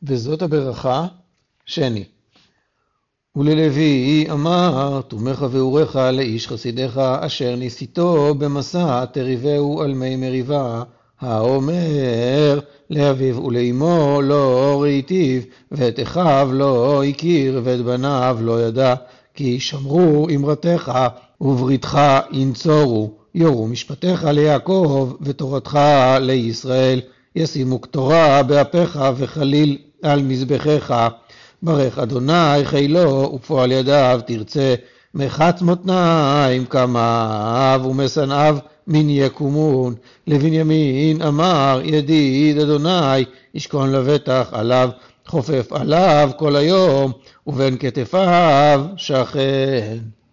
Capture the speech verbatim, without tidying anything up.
וזאת הברכה שני. וללוי אמר, תומך ואורך לאיש חסידך, אשר ניסיתו במסע תריבהו על מי מריבה, האומר לאביו ולאמו לא ראיתיו, ואת אחיו לא הכיר, ואת בניו לא ידע, כי שמרו אמרתך ובריתך ינצורו, יורו משפטיך ליעקב ותורתך לישראל, ישימו קטורה באפיך וחליל על מזבחיך. ברך אדוני חילו ופועל ידיו תרצה, מחץ מותניים קמיו ומשנאיו מן יקומון. לבנימין אמר, ידיד אדוני ישכון לבטח עליו, חופף עליו כל היום ובין כתפיו שכן.